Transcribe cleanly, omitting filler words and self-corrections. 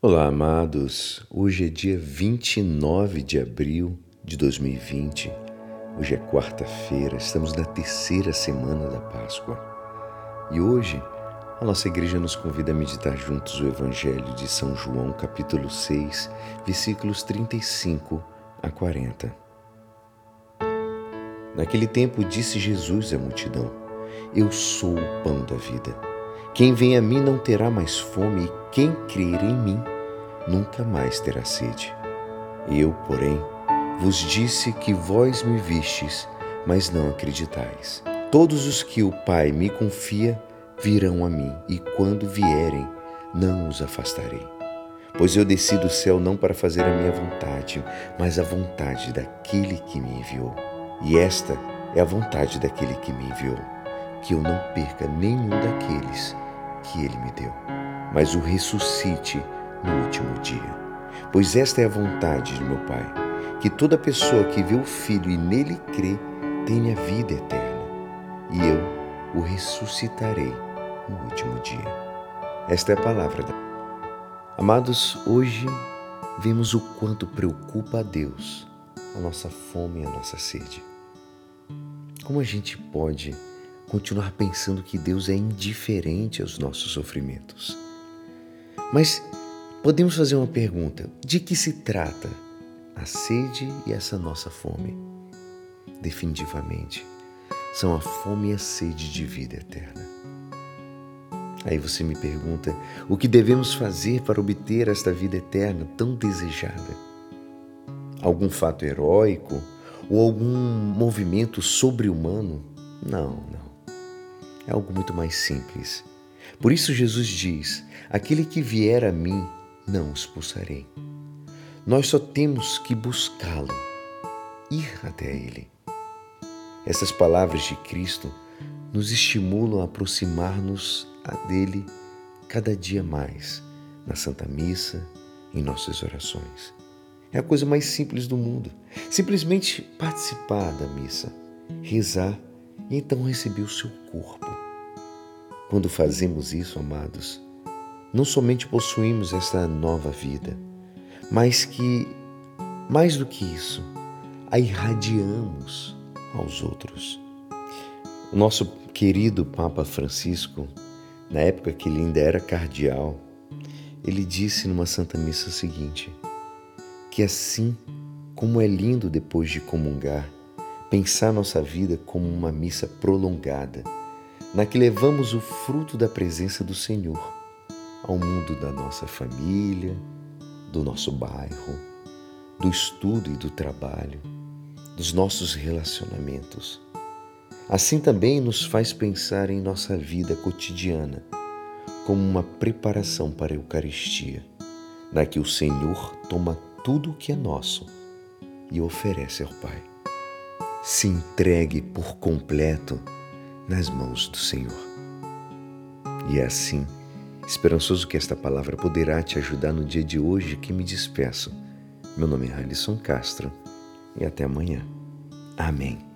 Olá, amados. Hoje é dia 29 de abril de 2020. Hoje é quarta-feira, estamos na terceira semana da Páscoa. E hoje a nossa igreja nos convida a meditar juntos o Evangelho de São João, capítulo 6, versículos 35 a 40. Naquele tempo disse Jesus à multidão: Eu sou o pão da vida. Quem vem a mim não terá mais fome, e quem crer em mim nunca mais terá sede. Eu, porém, vos disse que vós me vistes, mas não acreditais. Todos os que o Pai me confia virão a mim, e quando vierem, não os afastarei. Pois eu desci do céu não para fazer a minha vontade, mas a vontade daquele que me enviou. E esta é a vontade daquele que me enviou, que eu não perca nenhum daqueles que ele me deu, mas o ressuscite no último dia. Pois esta é a vontade de meu Pai, que toda pessoa que vê o Filho e nele crê tenha vida eterna, e eu o ressuscitarei no último dia. Esta é a palavra da... Amados, hoje vemos o quanto preocupa a Deus a nossa fome e a nossa sede. Como a gente pode continuar pensando que Deus é indiferente aos nossos sofrimentos? Mas podemos fazer uma pergunta: de que se trata a sede e essa nossa fome? Definitivamente, são a fome e a sede de vida eterna. Aí você me pergunta, o que devemos fazer para obter esta vida eterna tão desejada? Algum fato heróico ou algum movimento sobre-humano? Não. É algo muito mais simples. Por isso Jesus diz: aquele que vier a mim, não o expulsarei. Nós só temos que buscá-lo, ir até ele. Essas palavras de Cristo nos estimulam a aproximar-nos dele cada dia mais, na Santa Missa, em nossas orações. É a coisa mais simples do mundo. Simplesmente participar da missa, rezar e então receber o seu corpo. Quando fazemos isso, amados, não somente possuímos esta nova vida, mas que, mais do que isso, a irradiamos aos outros. O nosso querido Papa Francisco, na época que ele ainda era cardeal, ele disse numa Santa Missa o seguinte: que assim como é lindo depois de comungar, pensar nossa vida como uma missa prolongada, na que levamos o fruto da presença do Senhor ao mundo da nossa família, do nosso bairro, do estudo e do trabalho, dos nossos relacionamentos. Assim também nos faz pensar em nossa vida cotidiana como uma preparação para a Eucaristia, na que o Senhor toma tudo o que é nosso e oferece ao Pai. Se entregue por completo nas mãos do Senhor. E é assim, esperançoso que esta palavra poderá te ajudar no dia de hoje, que me despeço. Meu nome é Alisson Castro e até amanhã. Amém.